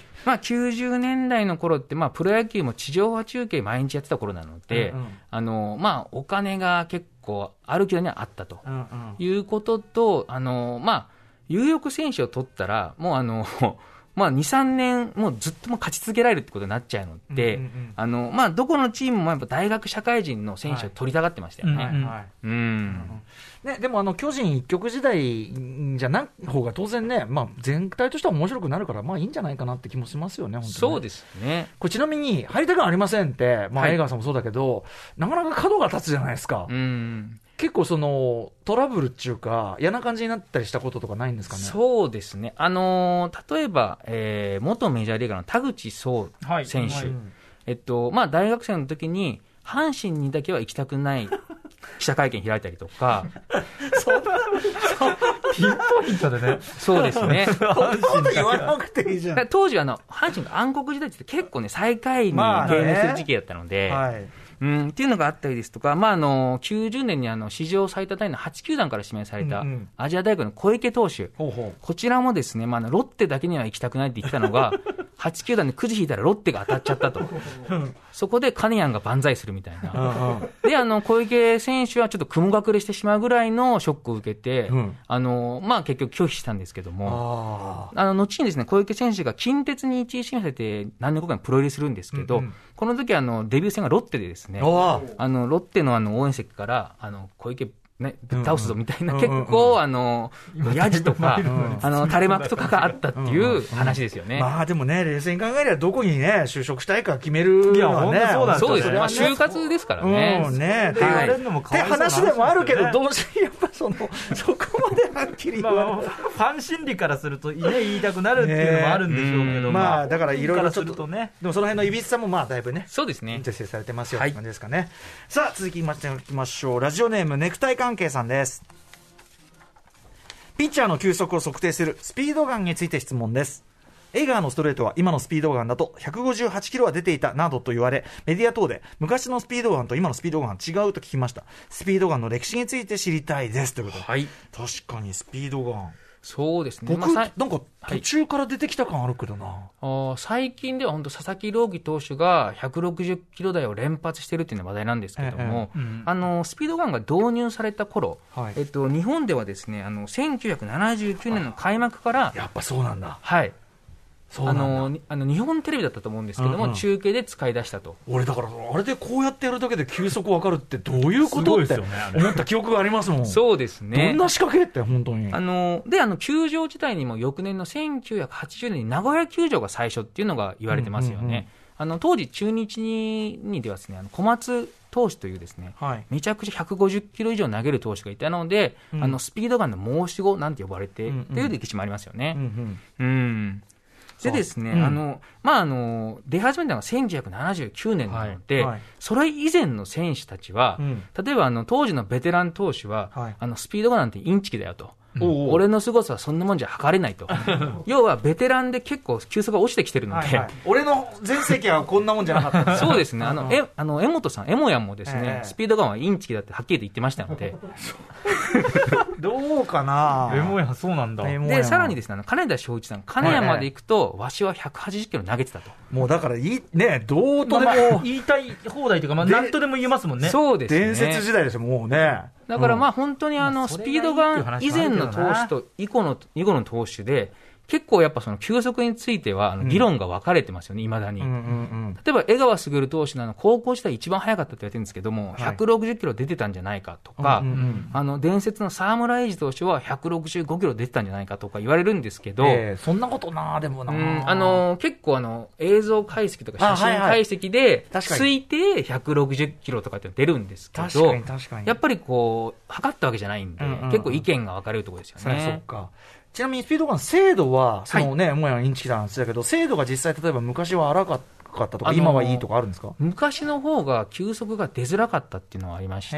90年代の頃って、プロ野球も地上波中継毎日やってた頃なので、お金が結構ある球団にはあったということと、有力選手を取ったら、もう2、3年、もうずっと勝ち続けられるってことになっちゃうので、どこのチームもやっぱ大学社会人の選手を取りたがってましたよね。 でも巨人一極時代じゃない方が当然ね、全体としては面白くなるから、いいんじゃないかなって気もしますよね、本当に。 そうですね。 これちなみに、入りたくありませんって、江川さんもそうだけど、なかなか角が立つじゃないですか。結構トラブルっていうか、嫌な感じになったりしたこととかないんですかね。 そうですね。例えば、元メジャーリーガーの田口壮選手。大学生の時に、阪神にだけは行きたくない記者会見開いたりとか。 ピンポイントでね。 そうですね。 そんなこと言わなくていいじゃん。 当時阪神が暗黒時代って結構ね、最下位にゲームする時期だったので、っていうのがあったりですとか、90年に史上最多タイの8球団から指名されたアジア大学の小池投手、こちらもですね、ロッテだけには行きたくないって言ってたのが、8球団でくじ引いたらロッテが当たっちゃったと。そこでカネヤンが万歳するみたいな。で、小池選手はちょっと雲隠れしてしまうぐらいのショックを受けて、結局拒否したんですけども、後にですね、小池選手が近鉄に1位指名されて何年後かにプロ入りするんですけど、この時デビュー戦がロッテでですね、ロッテの応援席から、小池ね、ぶっ倒すぞみたいな、結構、ヤジとか、垂れ幕とかがあったっていう話ですよね。 でもね、冷静に考えればどこにね、就職したいか決めるのはね。 そうですね。就活ですからね。 って言われるのもかわいそうな話でもあるけど、同時にやっぱそこまではっきり言わない。 ファン心理からすると言いたくなるっていうのもあるんでしょうけど、 だからいろいろちょっとね、でもその辺のいびつさもだいぶね、 そうですね。 是正されてますよって感じですかね。さあ、続きましていきましょう。ラジオネームネクタイ関係さんです。ピッチャーの球速を測定するスピードガンについて質問です。江川のストレートは今のスピードガンだと158キロは出ていたなどと言われ、メディア等で昔のスピードガンと今のスピードガンは違うと聞きました。スピードガンの歴史について知りたいですということで、確かにスピードガンそうですね。 僕、なんか途中から出てきた感あるけどな。 最近では本当佐々木朗希投手が160キロ台を連発してるっていうのが話題なんですけども、スピードガンが導入された頃、日本ではですね、1979年の開幕から、 やっぱそうなんだ。 はい。日本テレビだったと思うんですけども、中継で使い出したと。 俺だからあれでこうやってやるだけで球速分かるってどういうことって思った記憶がありますもん。 そうですね。 どんな仕掛けって本当に。 球場自体にも翌年の1980年に名古屋球場が最初っていうのが言われてますよね。当時中日にではですね、小松投手というですね、めちゃくちゃ150キロ以上投げる投手がいたので、スピードガンの申し子なんて呼ばれてっていう歴史もありますよね。でですね、出始めたのが1979年なので、それ以前の選手たちは、例えば当時のベテラン投手は、スピードガンなんてインチキだよと。俺の凄さはそんなもんじゃ測れないと。要はベテランで結構球速が落ちてきてるので、 俺の全盛期はこんなもんじゃなかった。 そうですね。江本さん、エモヤンもですね、スピードガンはインチキだってはっきりと言ってましたので。 どうかな。 エモヤン、そうなんだ。 で、さらにですね、金田正一さん、金谷まで行くと、わしは180キロ投げてたと。 もうだからどうとでも言いたい放題というか、何とでも言えますもんね。 そうですね。 伝説時代ですよ、もうね。 だから本当にスピードガン以前の投手と以後の投手で、結構やっぱその球速については議論が分かれてますよね、未だに。例えば江川卓投手の高校時代一番速かったって言われてるんですけども、160キロ出てたんじゃないかとか、伝説の沢村栄治投手は165キロ出てたんじゃないかとか言われるんですけど、 そんなことな、でもな。 結構映像解析とか写真解析で、推定160キロとかって出るんですけど、やっぱり測ったわけじゃないんで、結構意見が分かれるところですよね。 そっか。ちなみにスピードガン精度は、もやインチキなんですけど、精度が実際例えば昔は荒かったとか、今はいいとかあるんですか？ 昔の方が球速が出づらかったっていうのはありまして、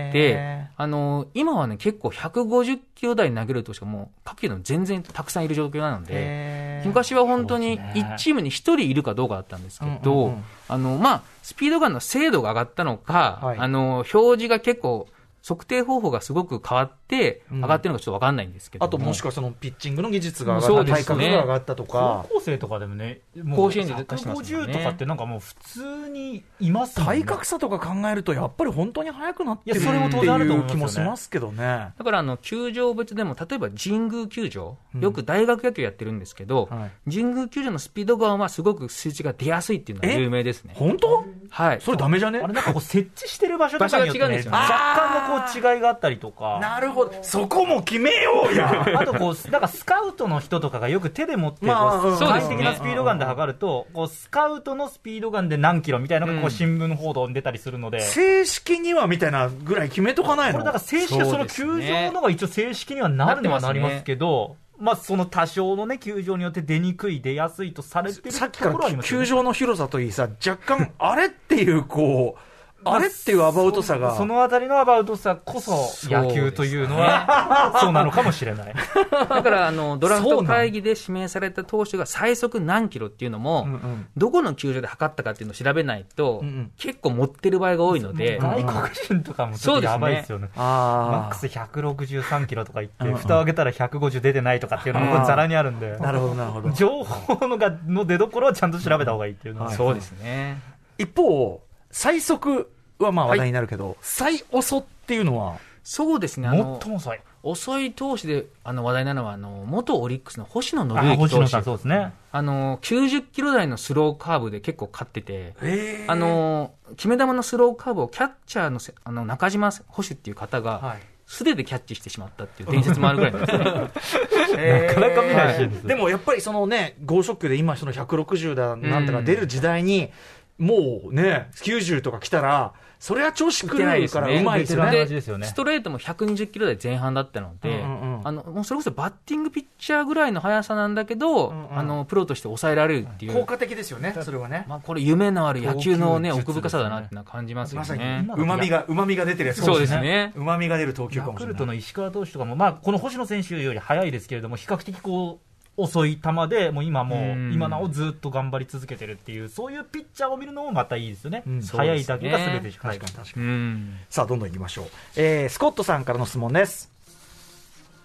今はね、結構150キロ台投げる投手がもう各球団全然たくさんいる状況なので、昔は本当に1チームに1人いるかどうかだったんですけど、スピードガンの精度が上がったのか、表示が結構、測定方法がすごく変わって上がってるのかちょっと分かんないんですけど、 あともしくはそのピッチングの技術が上がった、体格が上がったとか、 高校生とかでもね、 甲子園で出してますもんね。 150とかってなんかもう普通にいますもんね。 体格差とか考えるとやっぱり本当に速くなってるそれも当然あると思いますよね。 気もしますけどね。 だから球場別でも例えば神宮球場、よく大学野球やってるんですけど、神宮球場のスピードガンはすごく数値が出やすいっていうのが有名ですね。 本当？ はい。 それダメじゃね？ あれなんか設置してる場所とかによってね、若干の違いがあったりとか。 なるほど。そこも決めようや。 あとなんかスカウトの人とかがよく手で持って簡易的なスピードガンで測ると、スカウトのスピードガンで何キロみたいなのが新聞報道に出たりするので、 正式にはみたいなぐらい決めとかないの？ これだから正式はその球場のが一応正式にはなるにはなりますけど、その多少のね、球場によって出にくい、出やすいとされてるさっきから球場の広さといいさ、若干あれっていうあれっていうアバウトさが、 そのあたりのアバウトさこそ野球というのはそうなのかもしれない。 だからドラフト会議で指名された投手が最速何キロっていうのも、どこの球場で測ったかっていうのを調べないと、結構持ってる場合が多いので、 外国人とかもちょっとやばいですよね。マックス163キロとか言って蓋を開けたら150出てないとかっていうのもざらにあるんで、 なるほどなるほど。 情報の出所はちゃんと調べた方がいいっていうのは、 そうですね。 一方最速は話題になるけど、最遅っていうのは？ そうですね、 最も遅い投手で話題なのは元オリックスの星野信之投手。 そうですね。 90キロ台のスローカーブで結構勝ってて、決め球のスローカーブをキャッチャーの中島捕手っていう方が、素手でキャッチしてしまったっていう伝説もあるぐらいなんですね。なかなか見ないシーンです。 でもやっぱりそのね、剛速球で今その160だなんとか出る時代に、もうね、90とか来たら、それは調子狂うからうまいですよね。 ストレートも120キロ台前半だったので、もうそれこそバッティングピッチャーぐらいの速さなんだけど、プロとして抑えられるっていう。 効果的ですよね、それはね。 これ夢のある野球のね、奥深さだなって感じますよね。 うまみが出てるやつ。 そうですね。 うまみが出る投球かもしれない。 ヤクルトの石川投手とかも、この星野選手より速いですけれども、比較的遅い球で今なおずっと頑張り続けてるっていう、そういうピッチャーを見るのもまたいいですよね。速いだけが全てじゃない。 確かに。さあどんどんいきましょう。スコットさんからの質問です。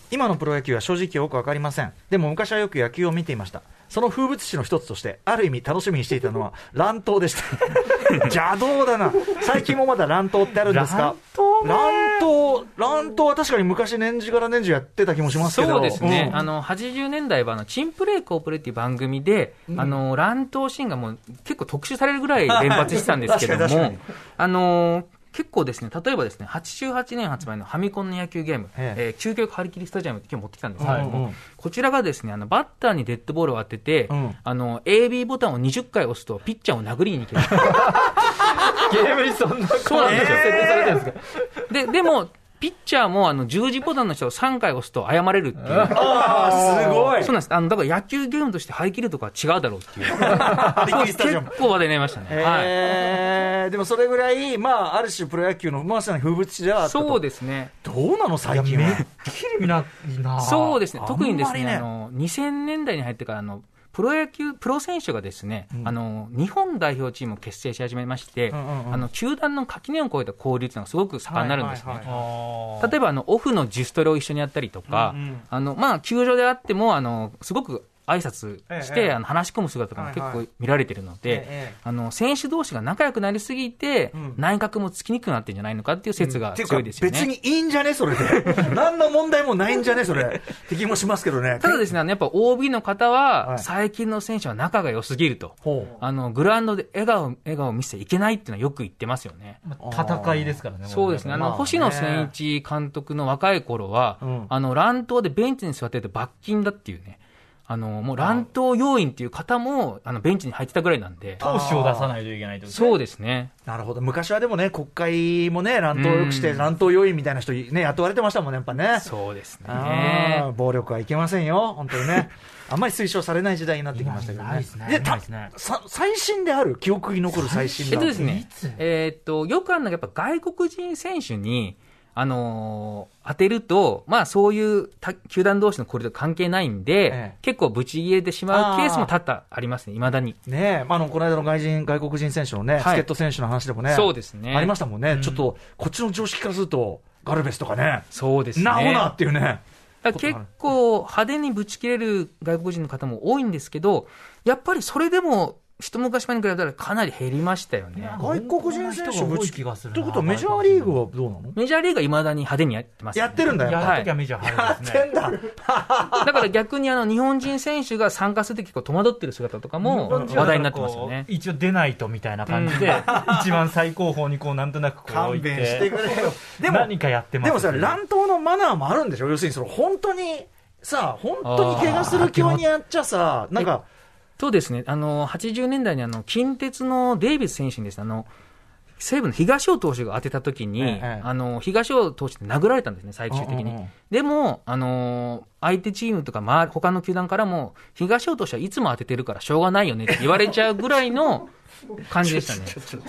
今のプロ野球は正直よくわかりません。でも昔はよく野球を見ていました。その風物詩の一つとしてある意味楽しみにしていたのは乱闘でした邪道だな。最近もまだ乱闘ってあるんですか？乱闘は確かに昔年次から年次やってた気もしますけど。 そうですね、80年代はチンプレーコープレっていう番組で、乱闘シーンがもう結構特集されるぐらい連発してたんですけども結構ですね、例えばですね、88年発売のファミコンの野球ゲーム、究極張り切りスタジアムって今日持ってきたんですけども、こちらがですね、バッターにデッドボールを当てて、AB ボタンを20回押すとピッチャーを殴りに行けるゲームにそんなそうなんですよ、設定されてるんですけど、でもピッチャーも十字ボタンの下を3回押すと謝れるっていう。 すごい。 そうなんです。だから野球ゲームとして張り切るとかは違うだろうっていう結構話題になりましたね。 でもそれぐらい、ある種プロ野球のまさに風物詩ではあったと。 そうですね。 どうなの最近は。 めっきり見ないな。 そうですね。特にですね、2000年代に入ってからプロ選手がですね、日本代表チームを結成し始めまして、球団の垣根を越えた交流というのがすごく盛んになるんですね。例えばオフの自主トレを一緒にやったりとか、球場であってもすごく挨拶して話し込む姿が結構見られているので、選手同士が仲良くなりすぎて、内角もつきにくくなってるんじゃないのかっていう説が強いですよね。 別にいいんじゃねそれで何の問題もないんじゃねそれって気もしますけどね。 ただですね、やっぱ OB の方は最近の選手は仲が良すぎると、グラウンドで笑顔を見せていけないっていうのはよく言ってますよね。 戦いですからね。 そうですね。星野千一監督の若い頃は、乱闘でベンチに座ってて罰金だっていうね、もう乱闘要員っていう方もベンチに入ってたぐらいなんで、 投手を出さないといけないと。 そうですね。 なるほど。昔はでもね、国会もね、乱闘をよくして乱闘要員みたいな人ね、雇われてましたもんね、やっぱね。 そうですね。 暴力はいけませんよ、本当にね。あんまり推奨されない時代になってきましたけどね。最新である記憶に残る最新ですね。よくあるのがやっぱ外国人選手に当てると、そういう球団同士の交流と関係ないんで、結構ブチ切れてしまうケースも多々ありますね、未だに。 ねえ、この間の外国人選手のね、助っ人選手の話でもね、 そうですね。 ありましたもんね。ちょっと、こっちの常識からすると、ガルベスとかね。 そうですね。 なおなっていうね。 結構派手にぶち切れる外国人の方も多いんですけど、やっぱりそれでも、一昔前に比べたらかなり減りましたよね。 外国人選手ぶち切れるということはメジャーリーグはどうなの？ メジャーリーグは未だに派手にやってます、ね。 やってるんだよ。 やるときはメジャー派手ですね。 やってんだ。 だから逆に日本人選手が参加するとき結構戸惑ってる姿とかも話題になってますよね。 一応出ないとみたいな感じで、一番最高峰になんとなく置いて。 勘弁してくれよ。 でも何かやってます、ね。 でもさ、乱闘のマナーもあるんでしょ？要するに本当に怪我する気にやっちゃさ、なんか。 そうですね。80年代に近鉄のデイビス選手にですね、西武の東尾投手が当てたときに、東尾投手って殴られたんですね、最終的に。でも、相手チームとか、他の球団からも、東尾投手はいつも当ててるからしょうがないよねって言われちゃうぐらいの感じでしたね。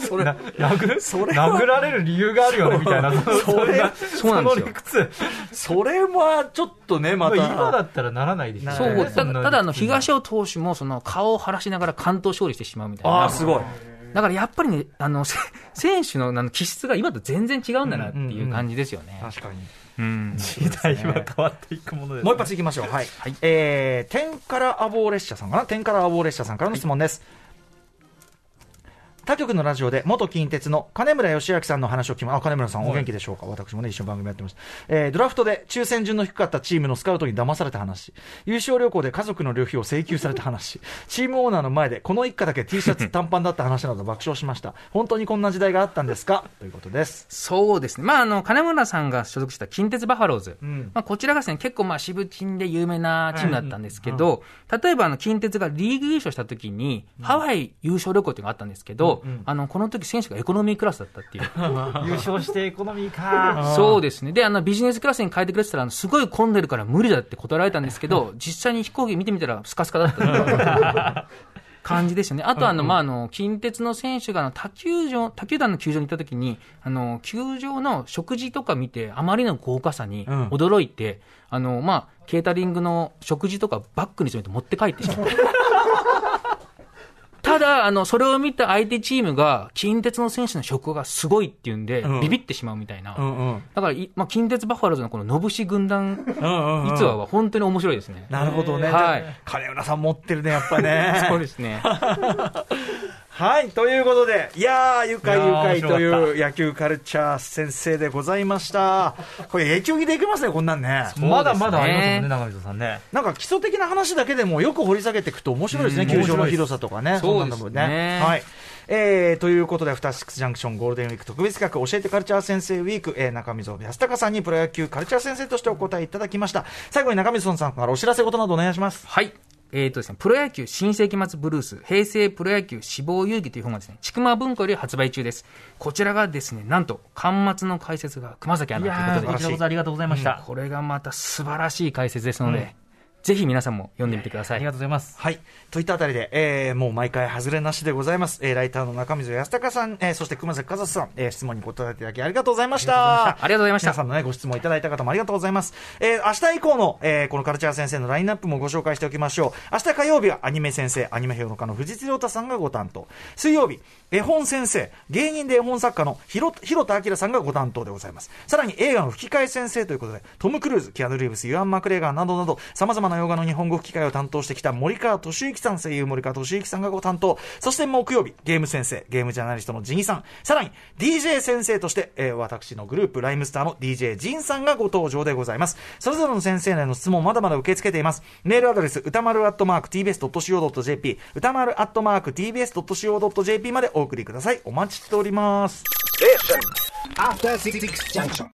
殴られる理由があるよねみたいな。 そうなんですよ。 それはちょっとね、また。 今だったらならないでしょ。 そう。ただ東尾投手も顔を晴らしながら完投勝利してしまうみたいな。 すごい。 だからやっぱりね、選手の気質が今と全然違うんだなっていう感じですよね。 確かに。 時代は変わっていくものです、ね。 もう一発いきましょう。はい。天からアボー列車さんかな。天からアボー列車さんからの質問です。他局のラジオで元近鉄の金村義明さんの話を聞き金村さんお元気でしょうか。私もね、一緒に番組やってました。ドラフトで抽選順の低かったチームのスカウトに騙された話、優勝旅行で家族の旅費を請求された話、チームオーナーの前でこの一家だけ T シャツ短パンだった話など爆笑しました。本当にこんな時代があったんですかということです。 そうですね。金村さんが所属した近鉄バファローズ、こちらがですね、結構渋鎮で有名なチームだったんですけど、例えば近鉄がリーグ優勝した時に、ハワイ優勝旅行っていうのがあったんですけど、この時選手がエコノミークラスだったっていう優勝してエコノミーか。 そうですね。でビジネスクラスに変えてくれてたらすごい混んでるから無理だって断られたんですけど、実際に飛行機見てみたらスカスカだった感じですよね。あと近鉄の選手が他球団の球場に行った時に球場の食事とか見てあまりの豪華さに驚いて、ケータリングの食事とかバッグに詰めて持って帰ってしまったただ、それを見た相手チームが、近鉄の選手の職がすごいっていうんで、ビビってしまうみたいな。だから、近鉄バファローズのこののぶし軍団逸話は本当に面白いですね。 なるほどね。はい。金浦さん持ってるね、やっぱね。 そうですね。 はい、ということで、いやー、愉快愉快という野球カルチャー先生でございました。これ、永久にできますね、こんなんね。 まだまだありますもんね、長水さんね。 なんか基礎的な話だけでもよく掘り下げていくと面白いですね、球場の広さとかね。 そうですね。 はい。ということで、アフターシックスジャンクションゴールデンウィーク特別企画、教えてカルチャー先生ウィーク、中溝康隆さんにプロ野球カルチャー先生としてお答えいただきました。最後に中溝さんからお知らせ事などお願いします。 はい。ですね、プロ野球新世紀末ブルース、平成プロ野球死亡遊戯という本がですね、ちくま文庫より発売中です。こちらがですね、なんと、巻末の解説が熊崎アナということで、 こちらこそありがとうございました。 これがまた素晴らしい解説ですので、ぜひ皆さんも読んでみてください。 ありがとうございます。 はい。といったあたりで、もう毎回外れなしでございます。ライターの中溝康隆さん、そして熊崎和さん、質問に答えていただきありがとうございました。 ありがとうございました。 皆さんのね、ご質問いただいた方もありがとうございます。明日以降の、このカルチャー先生のラインナップもご紹介しておきましょう。明日火曜日はアニメ先生、アニメ評論家の藤津亮太さんがご担当。水曜日、絵本先生、芸人で絵本作家の広田明さんがご担当でございます。さらに映画の吹き替え先生ということで、トム・クルーズ、キアヌ・リーブス、ユアン・マクレガーなどなど、様々な洋画の日本語吹き替えを担当してきた森川俊之さん、声優森川俊之さんがご担当。そして木曜日、ゲーム先生、ゲームジャーナリストのジギさん。さらに DJ 先生として、私のグループライムスターの DJ ジンさんがご登場でございます。それぞれの先生への質問まだまだ受け付けています。メールアドレス歌丸@tbs.co.jp 歌丸@tbs.co.jp までお送りください。お待ちしております。 After 66 junction.